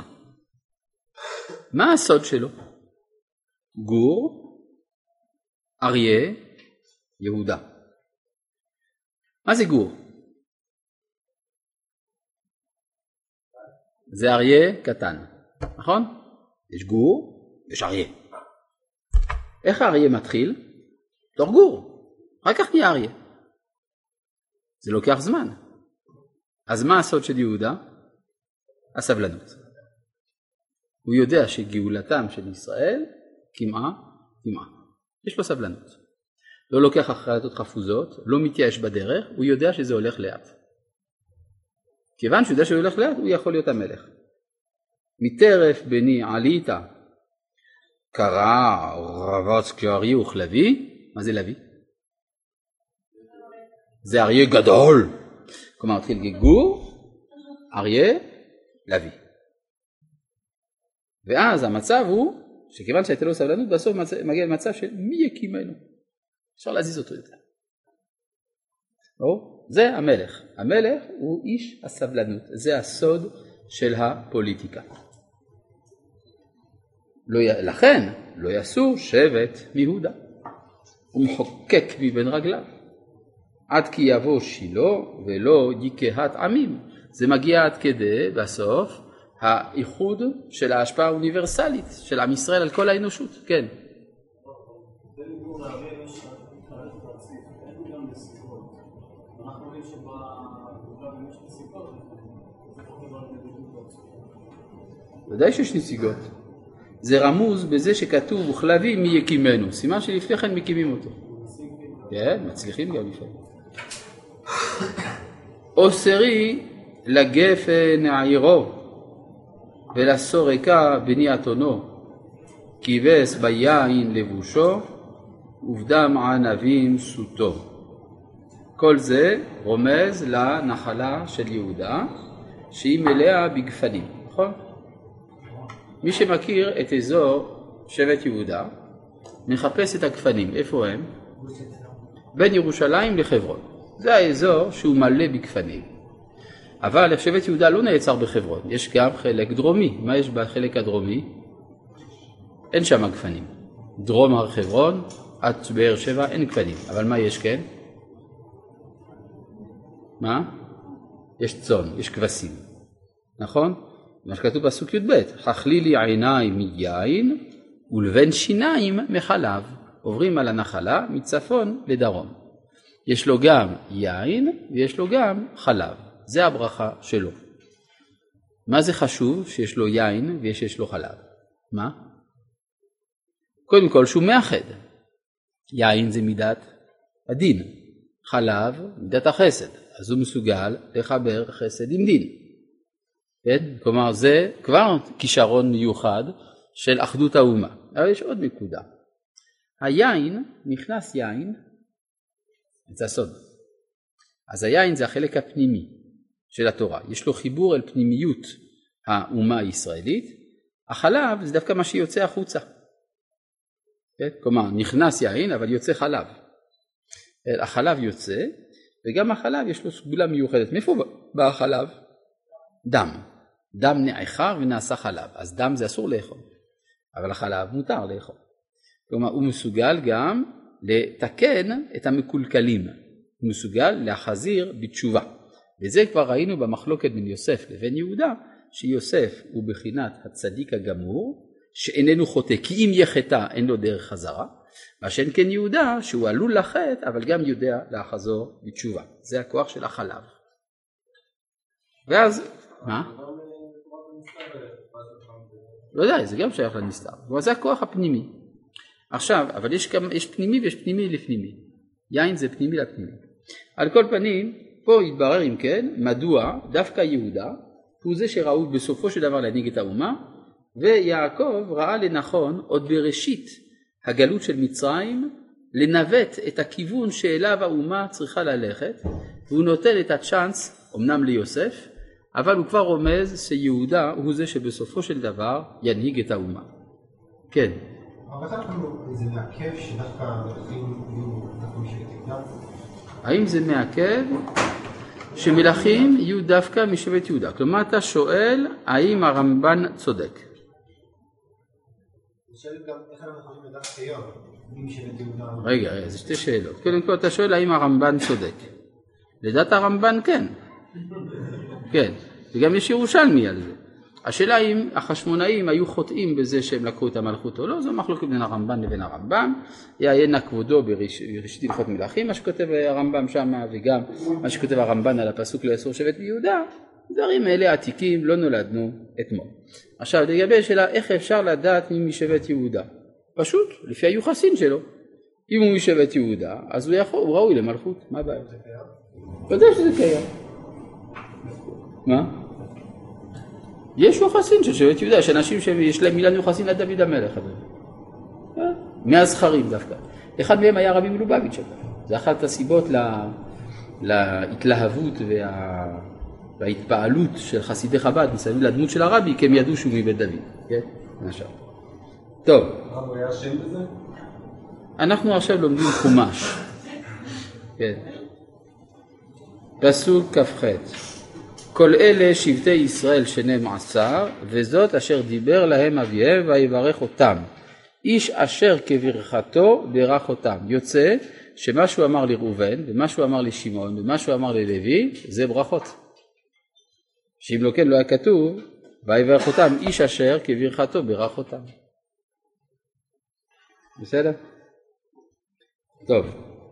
S1: מה הסוד שלו? גור, אריה, יהודה. מה זה גור? זה אריה קטן, נכון? יש גור, יש אריה. איך האריה מתחיל? תוך גור, רק כך נהיה אריה. זה לוקח זמן. אז מה הסוד של יהודה? הסבלנות. הוא יודע שגאולתם של ישראל כמעה, כמעה. יש לו סבלנות. לא לוקח החלטות חפוזות, לא מתייאש בדרך, הוא יודע שזה הולך לאט. כיוון שהוא יודע שהוא הולך לאט, הוא יכול להיות המלך. מטרף בני עלית, קרא רבץ כאריה וכלבי. מה זה לוי? זה אריה גדול. כלומר, התחיל גור, אריה, לוי. ואז המצב הוא, שכיוון שהייתה לו סבלנות, בסוף מגיע למצב של מי יקימנו. אפשר להזיז אותו יותר. או, זה המלך. המלך הוא איש הסבלנות. זה הסוד של הפוליטיקה. לא, לכן לא יסור שבט מיהודה. הוא מחוקק מבין רגליו. עד כי יבוא שילה ולא יקהת עמים. זה מגיע עד כדי בסוף האיחוד של ההשפעה האוניברסלית של עם ישראל על כל האנושות. כן. ודאי שיש נסיגות. זה רמוז בזה שכתוב וכלבי מי יקימנו. סימן שלפני כן מקימים אותו. כן, מצליחים גם לפעמים. אוסרי לגפן העירו ולסורקה בני אתונו כיבס ביין לבושו ובדם ענבים סוטו. כל זה רומז לנחלה של יהודה שהיא מלאה בגפנים, נכון? מי שמכיר את אזור שבט יהודה מחפש את הגפנים. איפה הם? בין ירושלים לחברון. זה האזור שהוא מלא בגפנים. אבל שבט יהודה לא נעצר בחברון, יש גם חלק דרומי. מה יש בחלק הדרומי? אין שם גפנים. דרום הר חברון עד באר שבע אין גפנים. אבל מה יש כן? מה? יש צאן, יש כבשים. נכון? מה שכתוב בסוג י"ב, חכלי לי עיניים מיין ולבן שיניים מחלב. עוברים על הנחלה מצפון לדרום. יש לו גם יין ויש לו גם חלב. זה הברכה שלו. מה זה חשוב שיש לו יין ויש לו חלב? מה? קודם כל שהוא מאחד. יין זה מידת הדין. חלב מידת החסד. אז הוא מסוגל לחבר חסד עם דין. כן? כלומר זה כבר כישרון מיוחד של אחדות האומה. אבל יש עוד נקודה. היין, נכנס יין, זה הסוד. אז היין זה החלק הפנימי של התורה. יש לו חיבור אל פנימיות האומה הישראלית. החלב זה דווקא מה שיוצא החוצה. כן? כלומר, נכנס יין אבל יוצא חלב. החלב יוצא, וגם החלב יש לו סגולה מיוחדת. מאיפה בא החלב? דם. דם נעכר ונעשה חלב. אז דם זה אסור לאכול. אבל החלב מותר לאכול. כלומר, הוא מסוגל גם לתקן את המקולקלים. הוא מסוגל להחזיר בתשובה. וזה כבר ראינו במחלוקת בין יוסף לבין יהודה, שיוסף הוא בחינת הצדיק הגמור, שאיננו חוטא, כי אם יחטא אין לו דרך חזרה, מה שאין כן יהודה שהוא עלול לחטא אבל גם יודע לחזור בתשובה. זה הכוח של החלב. ואז, מה? לא יודע, זה גם שייך לנסתר. אבל זה הכוח הפנימי. עכשיו, אבל יש, גם, יש פנימי ויש פנימי לפנימי. יין זה פנימי לפנימי. על כל פנים, פה יתברר אם כן, מדוע דווקא יהודה הוא זה שראוי בסופו של דבר להנהיג את האומה, ויעקב ראה לנכון עוד בראשית הגלות של מצרים, לנווט את הכיוון שאליו האומה צריכה ללכת, והוא נותן את הצ'אנס, אמנם ליוסף, אבל הוא כבר רומז שיהודה הוא זה שבסופו של דבר ינהיג את האומה. כן.
S4: אבל איך אנחנו, זה מעכב שדווקא מלכים יהיו דווקא משבט יהודה?
S1: האם זה מעכב שמלכים יהיו דווקא משבט יהודה? כלומר אתה שואל האם הרמב"ן צודק?
S4: אני שואל גם איך אנחנו יכולים לדעת כיום משבט יהודה?
S1: רגע, רגע, זה שתי שאלות. קודם כל אתה שואל האם הרמב"ן צודק. לדעת הרמב"ן כן. כן, וגם יש ירושלמי על זה. השאלה אם החשמונאים היו חוטאים בזה שהם לקחו את המלכות או לא, זו מחלוקת בין הרמב"ן לבין הרמב"ם. יעיין נא כבודו בראשית הלכות מלכים, מה שכותב הרמב"ם שם, וגם מה שכותב הרמב"ן על הפסוק לאסור שבט ביהודה, דברים אלה עתיקים, לא נולדנו אתמול. עכשיו לגבי השאלה איך אפשר לדעת מי משבט יהודה? פשוט, לפי היוחסין שלו. אם הוא משבט יהודה, אז הוא, יכול, הוא ראוי למלכות, מה הבעיה? אתה יודע שזה קיים. מה? יש יוחסין של שבט יהודה, יש אנשים שיש להם מילה יוחסין עד דוד המלך. מהזכרים דווקא. אחד מהם היה רבי מלובביץ'. זה אחת הסיבות לה, להתלהבות וה, וההתפעלות של חסידי חב"ד מסביב לדמות של הרבי, כי הם ידעו שהוא מבית דוד. כן? נשאר. טוב.
S2: הרב היה שם בזה?
S1: אנחנו עכשיו לומדים חומש. כן. פסוק כ"ח. כל אלה שבטי ישראל שנים עשר, וזאת אשר דיבר להם אביהם ויברך אותם. איש אשר כברכתו ברך אותם. יוצא שמה שהוא אמר לראובן, ומה שהוא אמר לשמעון, ומה שהוא אמר ללוי, זה ברכות. שאם לא כן לא היה כתוב, ויברך אותם איש אשר כברכתו ברך אותם. בסדר? טוב.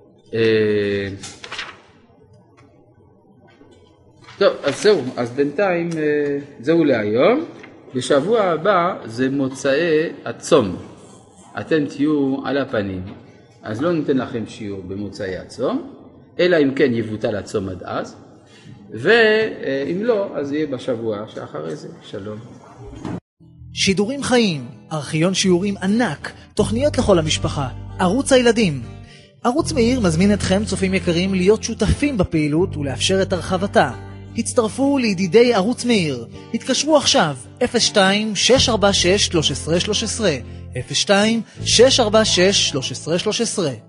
S1: טוב, אז זהו, אז בינתיים זהו להיום. בשבוע הבא זה מוצאי הצום. אתם תהיו על הפנים, אז לא ניתן לכם שיעור במוצאי הצום, אלא אם כן יבוטל הצום עד אז, ואם לא, אז יהיה בשבוע שאחרי זה. שלום.
S5: שידורים חיים, ארכיון שיעורים ענק, תוכניות לכל המשפחה, ערוץ הילדים. ערוץ מאיר מזמין אתכם צופים יקרים להיות שותפים בפעילות ולאפשר את הרחבתה. הצטרפו לידידי ערוץ מאיר. התקשרו עכשיו אפס שתיים שש ארבע שש שלוש עשרה שלוש עשרה אפס שתיים שש ארבע שש שלוש עשרה שלוש עשרה